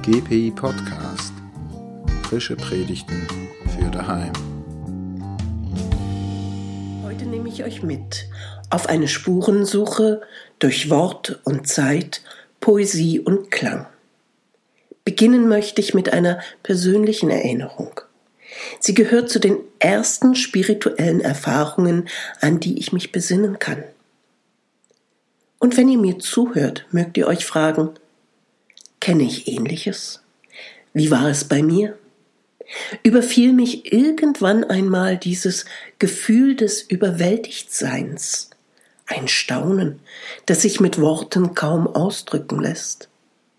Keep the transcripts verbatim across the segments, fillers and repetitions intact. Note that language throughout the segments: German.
G P I Podcast. Frische Predigten für daheim. Heute nehme ich euch mit auf eine Spurensuche durch Wort und Zeit, Poesie und Klang. Beginnen möchte ich mit einer persönlichen Erinnerung. Sie gehört zu den ersten spirituellen Erfahrungen, an die ich mich besinnen kann. Und wenn ihr mir zuhört, mögt ihr euch fragen, kenne ich Ähnliches? Wie war es bei mir? Überfiel mich irgendwann einmal dieses Gefühl des Überwältigtseins, ein Staunen, das sich mit Worten kaum ausdrücken lässt.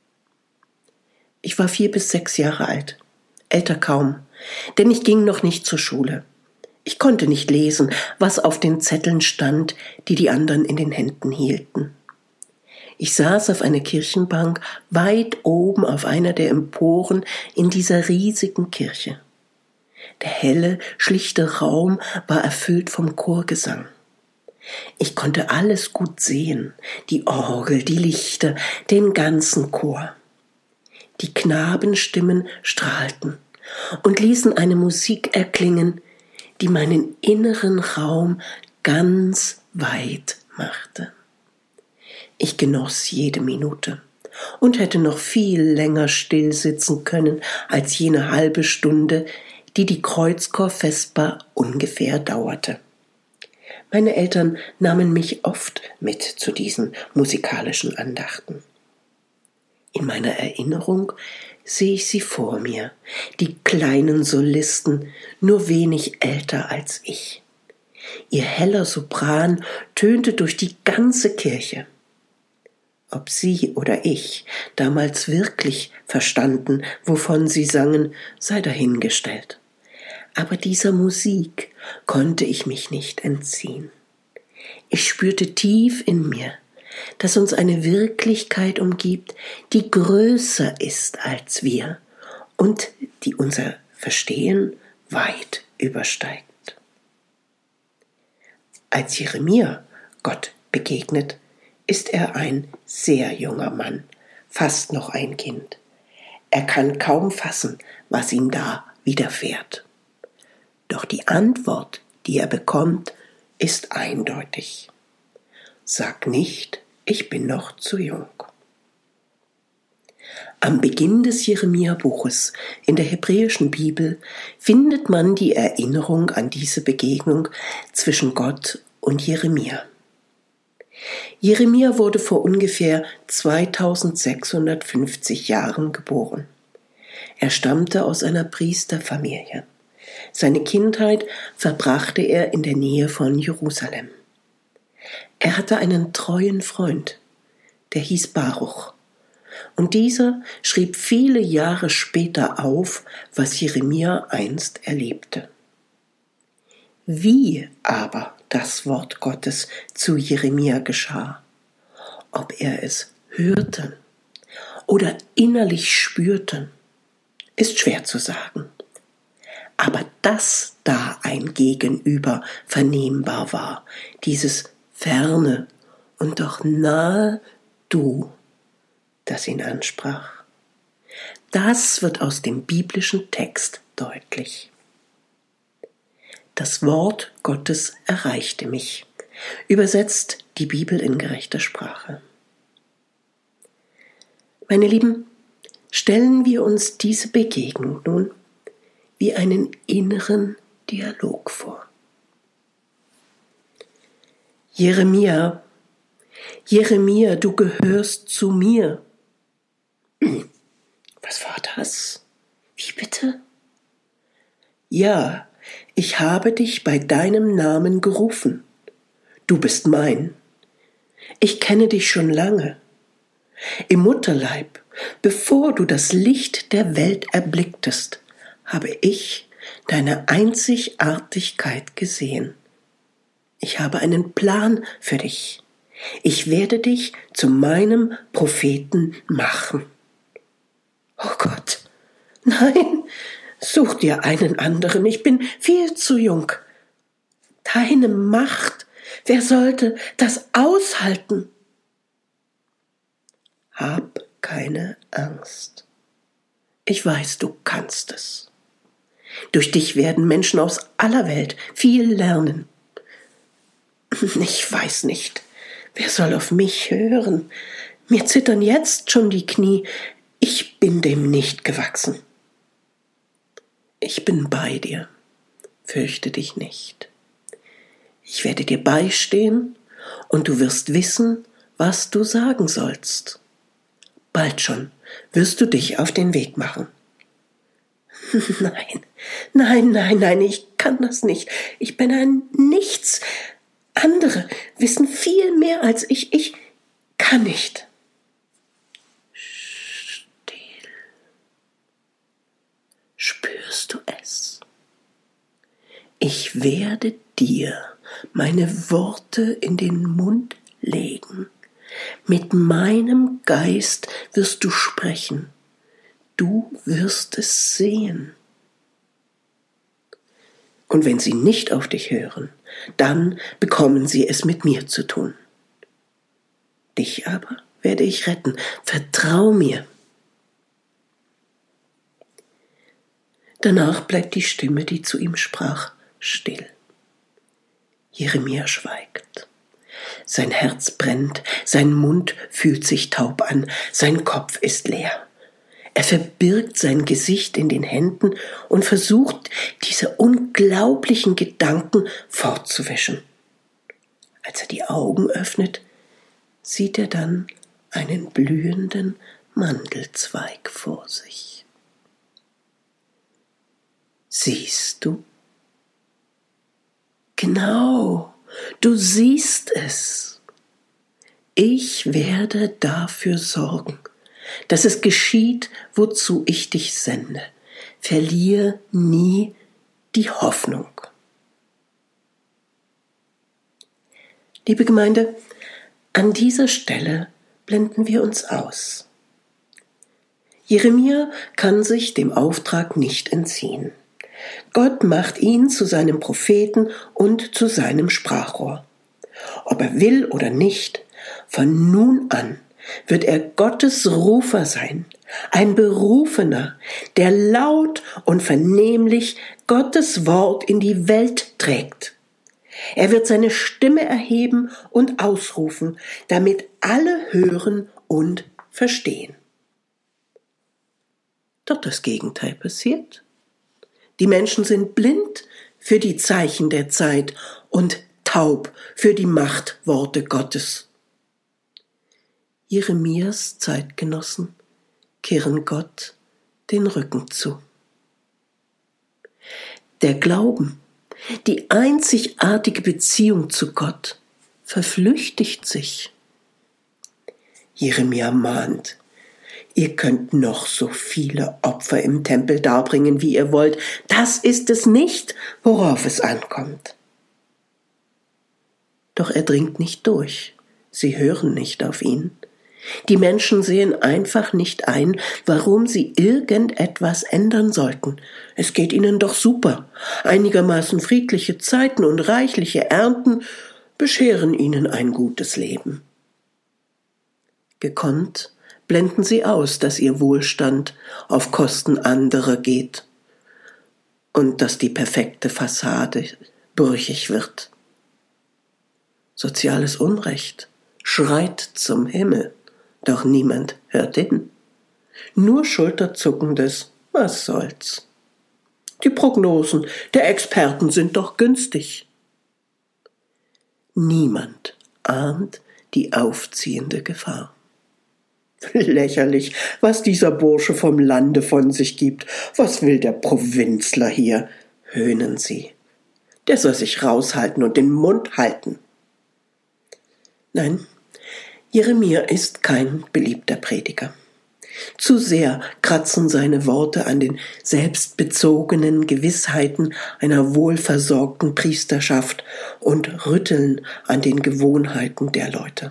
Ich war vier bis sechs Jahre alt, älter kaum, denn ich ging noch nicht zur Schule. Ich konnte nicht lesen, was auf den Zetteln stand, die die anderen in den Händen hielten. Ich saß auf einer Kirchenbank weit oben auf einer der Emporen in dieser riesigen Kirche. Der helle, schlichte Raum war erfüllt vom Chorgesang. Ich konnte alles gut sehen, die Orgel, die Lichter, den ganzen Chor. Die Knabenstimmen strahlten und ließen eine Musik erklingen, die meinen inneren Raum ganz weit machte. Ich genoss jede Minute und hätte noch viel länger still sitzen können als jene halbe Stunde, die die Kreuzchor-Vesper ungefähr dauerte. Meine Eltern nahmen mich oft mit zu diesen musikalischen Andachten. In meiner Erinnerung sehe ich sie vor mir, die kleinen Solisten, nur wenig älter als ich. Ihr heller Sopran tönte durch die ganze Kirche. Ob sie oder ich damals wirklich verstanden, wovon sie sangen, sei dahingestellt. Aber dieser Musik konnte ich mich nicht entziehen. Ich spürte tief in mir, dass uns eine Wirklichkeit umgibt, die größer ist als wir und die unser Verstehen weit übersteigt. Als Jeremia Gott begegnet, ist er ein sehr junger Mann, fast noch ein Kind. Er kann kaum fassen, was ihm da widerfährt. Doch die Antwort, die er bekommt, ist eindeutig. Sag nicht, ich bin noch zu jung. Am Beginn des Jeremia-Buches in der hebräischen Bibel findet man die Erinnerung an diese Begegnung zwischen Gott und Jeremia. Jeremia wurde vor ungefähr zweitausendsechshundertfünfzig Jahren geboren. Er stammte aus einer Priesterfamilie. Seine Kindheit verbrachte er in der Nähe von Jerusalem. Er hatte einen treuen Freund, der hieß Baruch. Und dieser schrieb viele Jahre später auf, was Jeremia einst erlebte. Wie aber das Wort Gottes zu Jeremia geschah, ob er es hörte oder innerlich spürte, ist schwer zu sagen. Aber dass da ein Gegenüber vernehmbar war, dieses ferne und doch nahe Du, das ihn ansprach, das wird aus dem biblischen Text deutlich. Das Wort Gottes erreichte mich, übersetzt die Bibel in gerechter Sprache. Meine Lieben, stellen wir uns diese Begegnung nun wie einen inneren Dialog vor. Jeremia, Jeremia, du gehörst zu mir. Was war das? Wie bitte? Ja, ich habe dich bei deinem Namen gerufen. Du bist mein. Ich kenne dich schon lange. Im Mutterleib, bevor du das Licht der Welt erblicktest, habe ich deine Einzigartigkeit gesehen. Ich habe einen Plan für dich. Ich werde dich zu meinem Propheten machen. Oh Gott, nein! Such dir einen anderen, ich bin viel zu jung. Deine Macht, wer sollte das aushalten? Hab keine Angst. Ich weiß, du kannst es. Durch dich werden Menschen aus aller Welt viel lernen. Ich weiß nicht, wer soll auf mich hören? Mir zittern jetzt schon die Knie. Ich bin dem nicht gewachsen. Ich bin bei dir. Fürchte dich nicht. Ich werde dir beistehen und du wirst wissen, was du sagen sollst. Bald schon wirst du dich auf den Weg machen. Nein, nein, nein, nein, ich kann das nicht. Ich bin ein Nichts. Andere wissen viel mehr als ich. Ich kann nicht. Still. Spürst du es? Ich werde dir meine Worte in den Mund legen. Mit meinem Geist wirst du sprechen. Du wirst es sehen. Und wenn sie nicht auf dich hören, dann bekommen sie es mit mir zu tun. Dich aber werde ich retten. Vertrau mir. Danach bleibt die Stimme, die zu ihm sprach, still. Jeremia schweigt. Sein Herz brennt, sein Mund fühlt sich taub an, sein Kopf ist leer. Er verbirgt sein Gesicht in den Händen und versucht, diese unglaublichen Gedanken fortzuwischen. Als er die Augen öffnet, sieht er dann einen blühenden Mandelzweig vor sich. Siehst du? Genau, du siehst es. Ich werde dafür sorgen, dass es geschieht, wozu ich dich sende. Verliere nie die Hoffnung. Liebe Gemeinde, an dieser Stelle blenden wir uns aus. Jeremia kann sich dem Auftrag nicht entziehen. Gott macht ihn zu seinem Propheten und zu seinem Sprachrohr. Ob er will oder nicht, von nun an wird er Gottes Rufer sein, ein Berufener, der laut und vernehmlich Gottes Wort in die Welt trägt. Er wird seine Stimme erheben und ausrufen, damit alle hören und verstehen. Doch das Gegenteil passiert. Die Menschen sind blind für die Zeichen der Zeit und taub für die Machtworte Gottes. Jeremias Zeitgenossen kehren Gott den Rücken zu. Der Glauben, die einzigartige Beziehung zu Gott, verflüchtigt sich. Jeremia mahnt: Ihr könnt noch so viele Opfer im Tempel darbringen, wie ihr wollt. Das ist es nicht, worauf es ankommt. Doch er dringt nicht durch. Sie hören nicht auf ihn. Die Menschen sehen einfach nicht ein, warum sie irgendetwas ändern sollten. Es geht ihnen doch super. Einigermaßen friedliche Zeiten und reichliche Ernten bescheren ihnen ein gutes Leben. Gekonnt blenden sie aus, dass ihr Wohlstand auf Kosten anderer geht und dass die perfekte Fassade brüchig wird. Soziales Unrecht schreit zum Himmel, doch niemand hört hin. Nur schulterzuckendes Was soll's? Die Prognosen der Experten sind doch günstig. Niemand ahnt die aufziehende Gefahr. Lächerlich, was dieser Bursche vom Lande von sich gibt. Was will der Provinzler hier? Höhnen sie. Der soll sich raushalten und den Mund halten. Nein, Jeremia ist kein beliebter Prediger. Zu sehr kratzen seine Worte an den selbstbezogenen Gewissheiten einer wohlversorgten Priesterschaft und rütteln an den Gewohnheiten der Leute.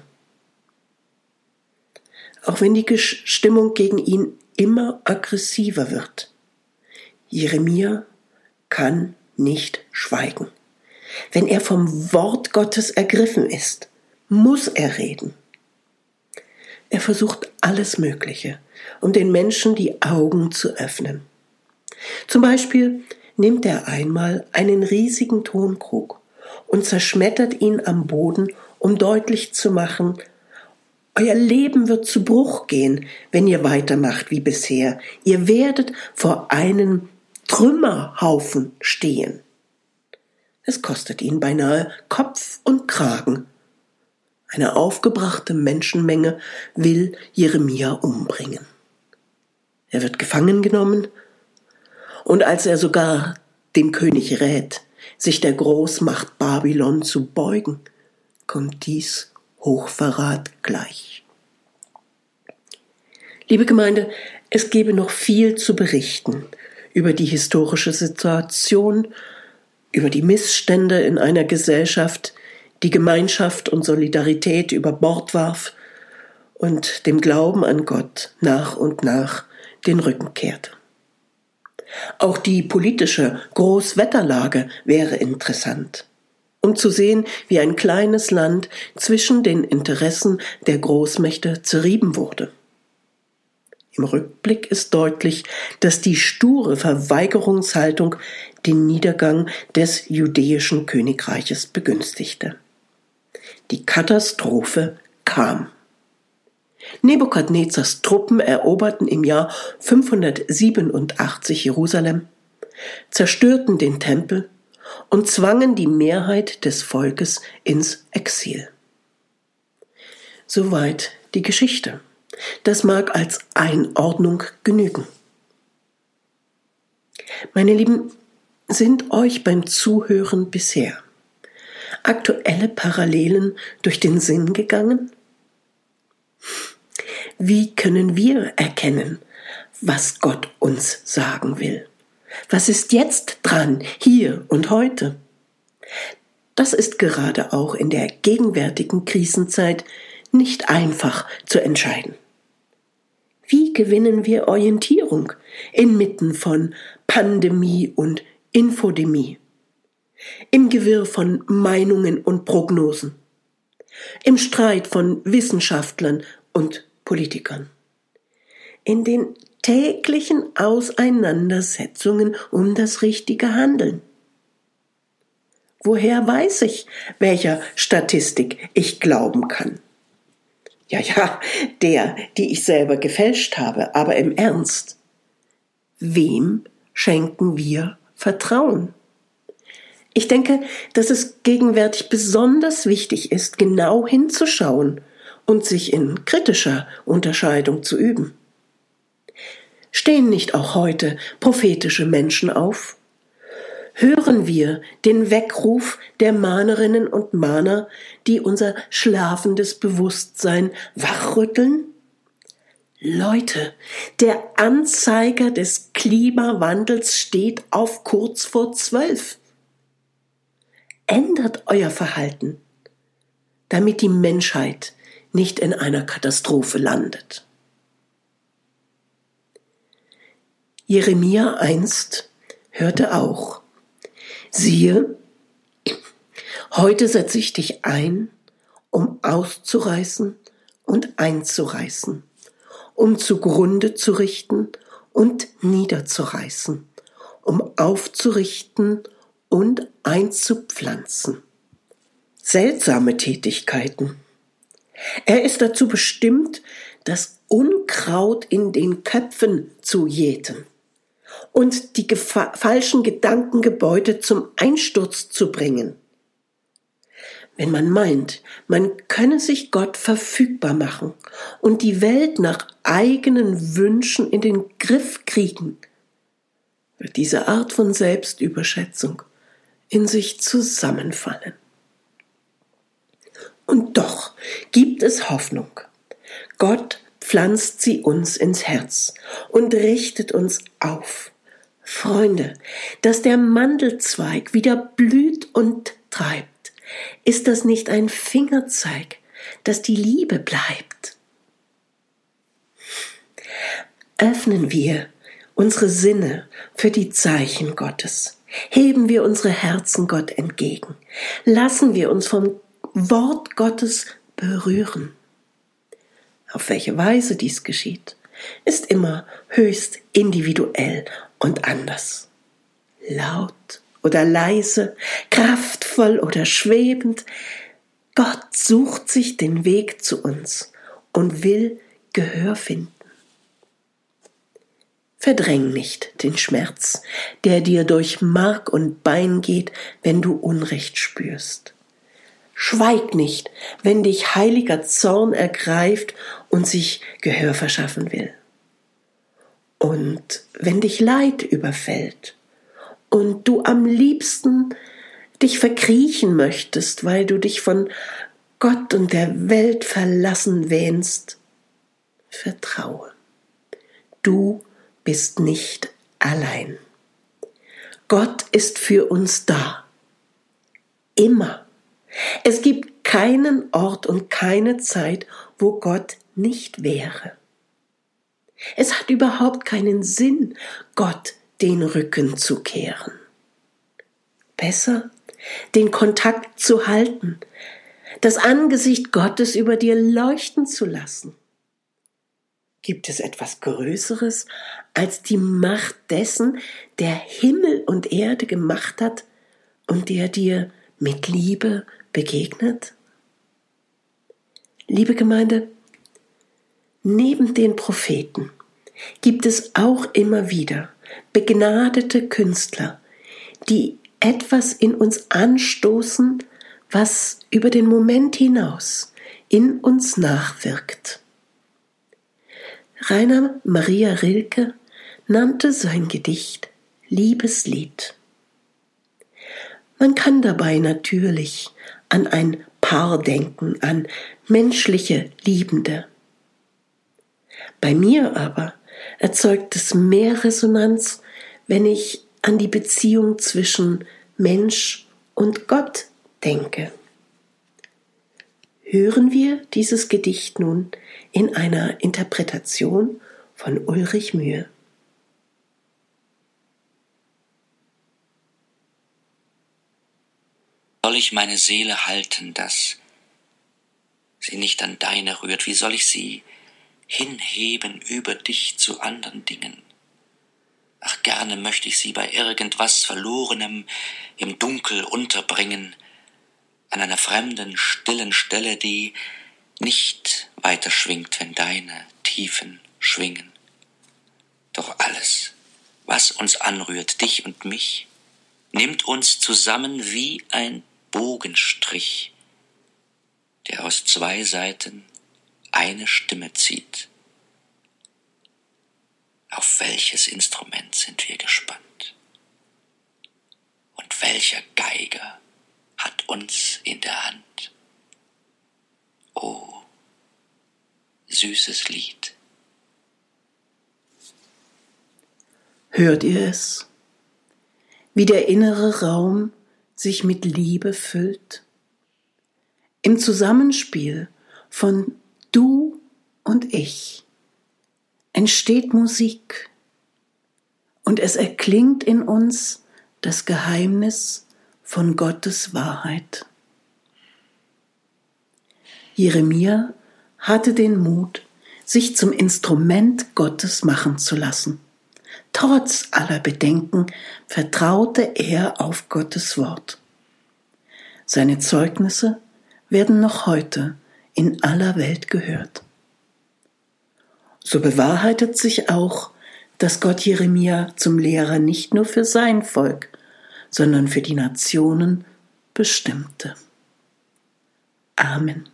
Auch wenn die Stimmung gegen ihn immer aggressiver wird. Jeremia kann nicht schweigen. Wenn er vom Wort Gottes ergriffen ist, muss er reden. Er versucht alles Mögliche, um den Menschen die Augen zu öffnen. Zum Beispiel nimmt er einmal einen riesigen Tonkrug und zerschmettert ihn am Boden, um deutlich zu machen: Euer Leben wird zu Bruch gehen, wenn ihr weitermacht wie bisher. Ihr werdet vor einem Trümmerhaufen stehen. Es kostet ihn beinahe Kopf und Kragen. Eine aufgebrachte Menschenmenge will Jeremia umbringen. Er wird gefangen genommen, und als er sogar dem König rät, sich der Großmacht Babylon zu beugen, kommt dies Hochverrat gleich. Liebe Gemeinde, es gäbe noch viel zu berichten über die historische Situation, über die Missstände in einer Gesellschaft, die Gemeinschaft und Solidarität über Bord warf und dem Glauben an Gott nach und nach den Rücken kehrte. Auch die politische Großwetterlage wäre interessant, um zu sehen, wie ein kleines Land zwischen den Interessen der Großmächte zerrieben wurde. Im Rückblick ist deutlich, dass die sture Verweigerungshaltung den Niedergang des judäischen Königreiches begünstigte. Die Katastrophe kam. Nebukadnezars Truppen eroberten im Jahr fünfhundertsiebenundachtzig Jerusalem, zerstörten den Tempel und zwangen die Mehrheit des Volkes ins Exil. Soweit die Geschichte. Das mag als Einordnung genügen. Meine Lieben, sind euch beim Zuhören bisher aktuelle Parallelen durch den Sinn gegangen? Wie können wir erkennen, was Gott uns sagen will? Was ist jetzt dran, hier und heute? Das ist gerade auch in der gegenwärtigen Krisenzeit nicht einfach zu entscheiden. Wie gewinnen wir Orientierung inmitten von Pandemie und Infodemie, im Gewirr von Meinungen und Prognosen, im Streit von Wissenschaftlern und Politikern, in den täglichen Auseinandersetzungen um das richtige Handeln? Woher weiß ich, welcher Statistik ich glauben kann? Ja, ja, der, die ich selber gefälscht habe, aber im Ernst. Wem schenken wir Vertrauen? Ich denke, dass es gegenwärtig besonders wichtig ist, genau hinzuschauen und sich in kritischer Unterscheidung zu üben. Stehen nicht auch heute prophetische Menschen auf? Hören wir den Weckruf der Mahnerinnen und Mahner, die unser schlafendes Bewusstsein wachrütteln? Leute, der Anzeiger des Klimawandels steht auf kurz vor zwölf. Ändert euer Verhalten, damit die Menschheit nicht in einer Katastrophe landet. Jeremia einst hörte auch: Siehe, heute setze ich dich ein, um auszureißen und einzureißen, um zugrunde zu richten und niederzureißen, um aufzurichten und einzupflanzen. Seltsame Tätigkeiten. Er ist dazu bestimmt, das Unkraut in den Köpfen zu jäten und die gefa- falschen Gedankengebäude zum Einsturz zu bringen. Wenn man meint, man könne sich Gott verfügbar machen und die Welt nach eigenen Wünschen in den Griff kriegen, wird diese Art von Selbstüberschätzung in sich zusammenfallen. Und doch gibt es Hoffnung. Gott pflanzt sie uns ins Herz und richtet uns auf. Freunde, dass der Mandelzweig wieder blüht und treibt, ist das nicht ein Fingerzeig, dass die Liebe bleibt? Öffnen wir unsere Sinne für die Zeichen Gottes. Heben wir unsere Herzen Gott entgegen. Lassen wir uns vom Wort Gottes berühren. Auf welche Weise dies geschieht, ist immer höchst individuell und anders. Laut oder leise, kraftvoll oder schwebend, Gott sucht sich den Weg zu uns und will Gehör finden. Verdräng nicht den Schmerz, der dir durch Mark und Bein geht, wenn du Unrecht spürst. Schweig nicht, wenn dich heiliger Zorn ergreift und sich Gehör verschaffen will. Und wenn dich Leid überfällt und du am liebsten dich verkriechen möchtest, weil du dich von Gott und der Welt verlassen wähnst, vertraue. Du bist nicht allein. Gott ist für uns da. Immer. Es gibt keinen Ort und keine Zeit, wo Gott nicht wäre. Es hat überhaupt keinen Sinn, Gott den Rücken zu kehren. Besser, den Kontakt zu halten, das Angesicht Gottes über dir leuchten zu lassen. Gibt es etwas Größeres als die Macht dessen, der Himmel und Erde gemacht hat und der dir mit Liebe begegnet? Liebe Gemeinde, neben den Propheten gibt es auch immer wieder begnadete Künstler, die etwas in uns anstoßen, was über den Moment hinaus in uns nachwirkt. Rainer Maria Rilke nannte sein Gedicht Liebeslied. Man kann dabei natürlich an ein Paar denken, an menschliche Liebende. Bei mir aber erzeugt es mehr Resonanz, wenn ich an die Beziehung zwischen Mensch und Gott denke. Hören wir dieses Gedicht nun in einer Interpretation von Ulrich Mühe. Soll ich meine Seele halten, dass sie nicht an deine rührt? Wie soll ich sie hinheben über dich zu anderen Dingen? Ach, gerne möchte ich sie bei irgendwas Verlorenem im Dunkel unterbringen, an einer fremden, stillen Stelle, die nicht weiter schwingt, wenn deine Tiefen schwingen. Doch alles, was uns anrührt, dich und mich, nimmt uns zusammen wie ein Bogenstrich, der aus zwei Seiten eine Stimme zieht. Auf welches Instrument sind wir gespannt? Und welcher Geiger hat uns in der Hand? Oh, süßes Lied. Hört ihr es? Wie der innere Raum sich mit Liebe füllt? Im Zusammenspiel von du und ich entsteht Musik und es erklingt in uns das Geheimnis von Gottes Wahrheit. Jeremia hatte den Mut, sich zum Instrument Gottes machen zu lassen. Trotz aller Bedenken vertraute er auf Gottes Wort. Seine Zeugnisse werden noch heute in aller Welt gehört. So bewahrheitet sich auch, dass Gott Jeremia zum Lehrer nicht nur für sein Volk, sondern für die Nationen bestimmte. Amen.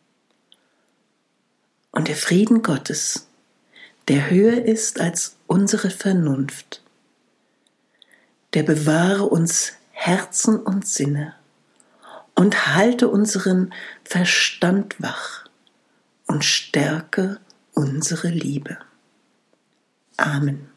Und der Frieden Gottes, der höher ist als unsere Vernunft, der bewahre uns Herzen und Sinne und halte unseren Verstand wach und stärke unsere Liebe. Amen.